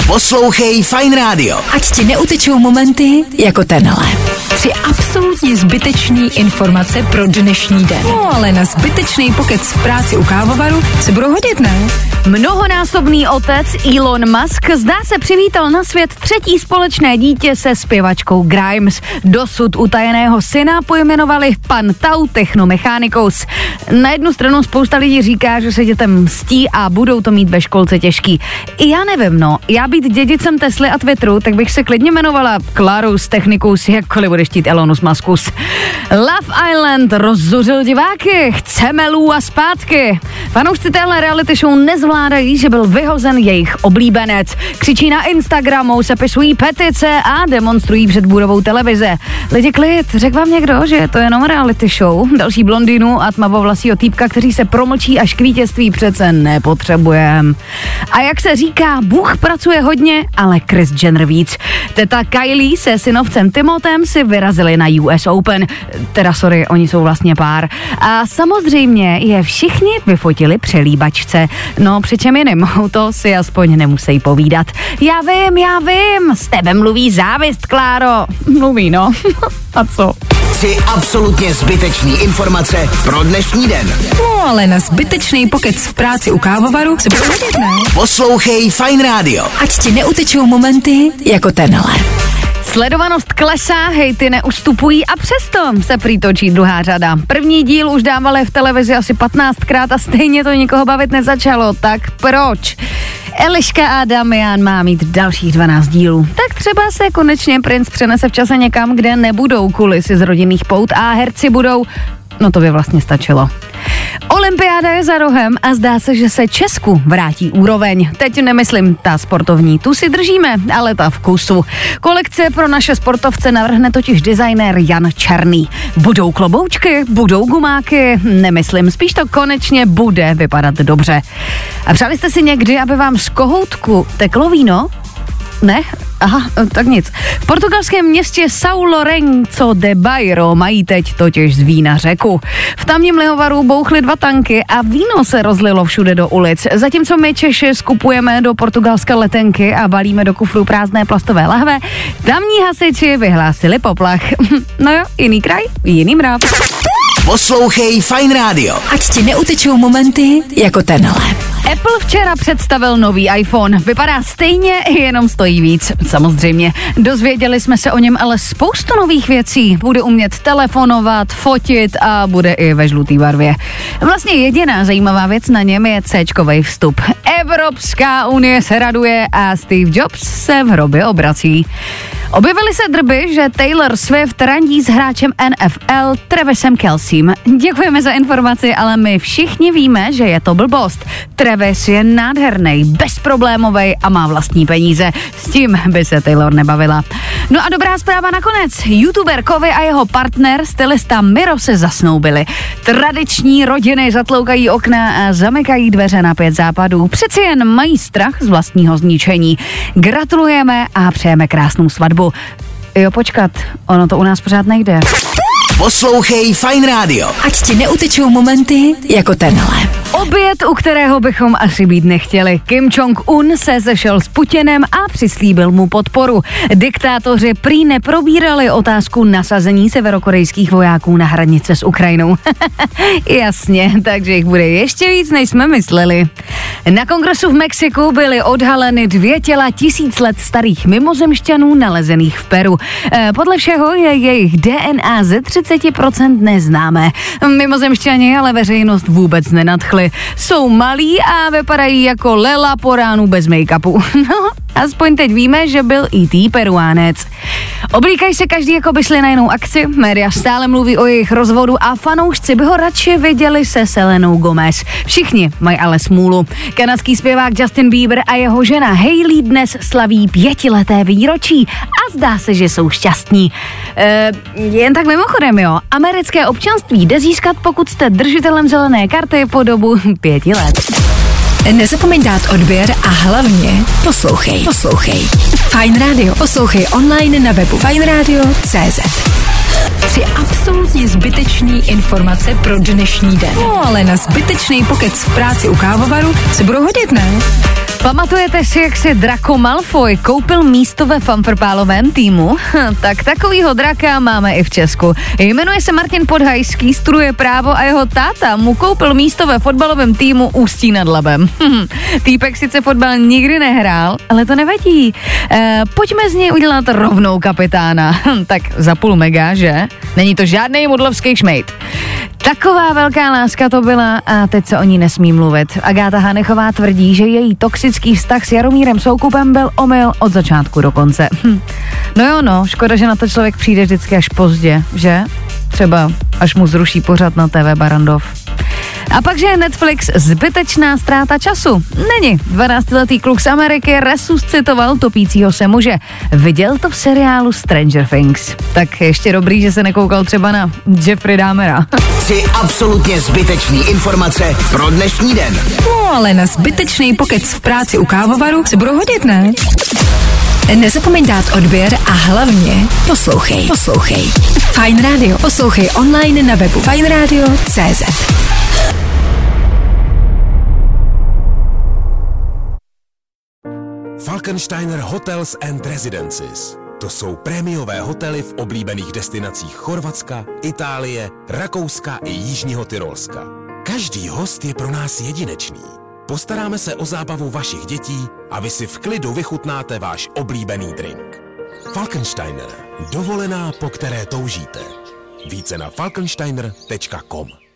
Poslouchej Fajn rádio. Ať ti neutečou momenty jako tenhle. 3 absolutně zbytečný informace pro dnešní den. No ale na zbytečný pokec v práci u kávovaru se budou hodit, ne? Mnohonásobný otec Elon Musk zdá se přivítal na svět 3. společné dítě se zpěvačkou Grimes. Dosud utajeného syna pojmenovali pan Tau Technomechanikus. Na jednu stranu spousta lidí říká, že se dětem mstí a budou to mít ve školce těžký. I já nevím, no. Já být dědicem Tesly a Twitteru, tak bych se klidně jmenovala Clarus Technicus, jakkoliv bude štít Elonus Muskus. Love Island rozzuřil diváky, chceme Lou a zpátky. Fanoušci téhle reality show nezvládají, že byl vyhozen jejich oblíbenec. Křičí na Instagramu, sepisují petice a demonstrují před budovou televize. Lidi klid, řekl vám někdo, že to je jenom reality show? Další blondýnu a tmavovlasího týpka, kteří se promlčí až k vítězství, přece nepotřebujem. A jak se říká, Bůh pracuje hodně, ale Kris Jenner víc. Teta Kylie se synovcem Timotem si vyrazili na US Open. Teda sorry, oni jsou vlastně pár. A samozřejmě je všichni vyfotili při líbačce. No přičem jiným, to si aspoň nemusí povídat. Já vím, s tebe mluví závist, Kláro. Mluví, no. A co? 3 absolutně zbytečný informace pro dnešní den. No ale na zbytečný pokec v práci u kávovaru se budou hodit, ne? Poslouchej Fajn rádio. Ať ti neutečou momenty jako tenhle. Sledovanost klesá, hejty neustupují a přesto se prý točí druhá řada. První díl už dávali v televizi asi 15krát a stejně to nikoho bavit nezačalo, tak proč? Eliška a Damian má mít dalších 12 dílů. Tak třeba se konečně princ přenese v čase někam, kde nebudou kulisy z rodinných pout a herci budou... No to by vlastně stačilo. Olympiáda je za rohem a zdá se, že se Česku vrátí úroveň. Teď nemyslím ta sportovní, tu si držíme, ale ta v kusu. Kolekce pro naše sportovce navrhne totiž designér Jan Černý. Budou kloboučky, budou gumáky, nemyslím, spíš to konečně bude vypadat dobře. A přáli jste si někdy, aby vám z kohoutku teklo víno? Ne? Aha, tak nic. V portugalském městě São Lourenço de Bairro mají teď totiž z vína řeku. V tamním lihovaru bouchly 2 tanky a víno se rozlilo všude do ulic. Zatímco my Češi skupujeme do Portugalska letenky a balíme do kufru prázdné plastové lahve, tamní hasiči vyhlásili poplach. No jo, jiný kraj, jiný mrav. Poslouchej Fajn rádio. Ať ti neutečou momenty jako tenhle. Apple včera představil nový iPhone. Vypadá stejně, jenom stojí víc. Samozřejmě. Dozvěděli jsme se o něm ale spoustu nových věcí. Bude umět telefonovat, fotit a bude i ve žlutý barvě. Vlastně jediná zajímavá věc na něm je C-čkovej vstup. Evropská unie se raduje a Steve Jobs se v hrobě obrací. Objevily se drby, že Taylor Swift randí s hráčem NFL Travisem Kelcem. Děkujeme za informaci, ale my všichni víme, že je to blbost. Travis je nádherný, bezproblémový a má vlastní peníze. S tím by se Taylor nebavila. No a dobrá zpráva nakonec. YouTuber Kovy a jeho partner, stylista Miro, se zasnoubili. Tradiční rodiny zatloukají okna a zamykají dveře na 5 západů. Přeci jen mají strach z vlastního zničení. Gratulujeme a přejeme krásnou svatbu. Jo, počkat, ono to u nás pořád nejde. Poslouchej Fajn rádio. Ať ti neutečou momenty jako tenhle. Oběd, u kterého bychom asi být nechtěli. Kim Jong-un se sešel s Putinem a přislíbil mu podporu. Diktátoři prý neprobírali otázku nasazení severokorejských vojáků na hranice s Ukrajinou. Jasně, takže jich bude ještě víc, než jsme mysleli. Na kongresu v Mexiku byly odhaleny 2 těla 1000 let starých mimozemšťanů nalezených v Peru. Podle všeho je jejich DNA ze 30% neznámé. Mimozemšťani ale veřejnost vůbec nenadchli. Jsou malí a vypadají jako Lela po ránu bez make-upu. No, aspoň teď víme, že byl E.T. Peruánec. Oblíkají se každý, jako by šli na jinou akci. Média stále mluví o jejich rozvodu a fanoušci by ho radši viděli se Selenou Gomez. Všichni mají ale smůlu. Kanadský zpěvák Justin Bieber a jeho žena Hailey dnes slaví 5leté výročí a zdá se, že jsou šťastní. Jen tak mimochodem, jo. Americké občanství jde získat, pokud jste držitelem zelené karty po dobu 5 let. Nezapomeň dát odběr a hlavně poslouchej. Fajn rádio. Poslouchej online na webu fajnradio.cz. Tři absolutně zbytečný informace pro dnešní den. No ale na zbytečný pokec v práci u kávovaru se budou hodit, ne? Pamatujete si, jak si Draco Malfoy koupil místo ve fanfrpálovém týmu? Tak takovýho draka máme i v Česku. Jmenuje se Martin Podhajský, studuje právo a jeho táta mu koupil místo ve fotbalovém týmu Ústí nad Labem. Týpek sice fotbal nikdy nehrál, ale to nevadí. Pojďme z něj udělat rovnou kapitána. Tak za půl mega, že? Není to žádnej modlovský šmejt. Taková velká láska to byla a teď se o ní nesmí mluvit. Agáta Hanechová tvrdí, že její toxický vztah s Jaromírem Soukupem byl omyl od začátku do konce. No, škoda, že na to člověk přijde vždycky až pozdě, že? Třeba až mu zruší pořad na TV Barandov. A pak, že je Netflix zbytečná ztráta času. Není. 12letý kluk z Ameriky resuscitoval topícího se muže. Viděl to v seriálu Stranger Things. Tak ještě dobrý, že se nekoukal třeba na Jeffrey Dahmera. 3 absolutně zbytečný informace pro dnešní den. No ale na zbytečný pokec v práci u kávovaru se budou hodit, ne? Nezapomeň dát odběr a hlavně poslouchej. Fajn Radio. Poslouchej online na webu fajnradio.cz. Falkensteiner Hotels and Residences. To jsou prémiové hotely v oblíbených destinacích Chorvatska, Itálie, Rakouska i Jižního Tyrolska. Každý host je pro nás jedinečný. Postaráme se o zábavu vašich dětí a vy si v klidu vychutnáte váš oblíbený drink. Falkensteiner. Dovolená, po které toužíte. Více na falkensteiner.com.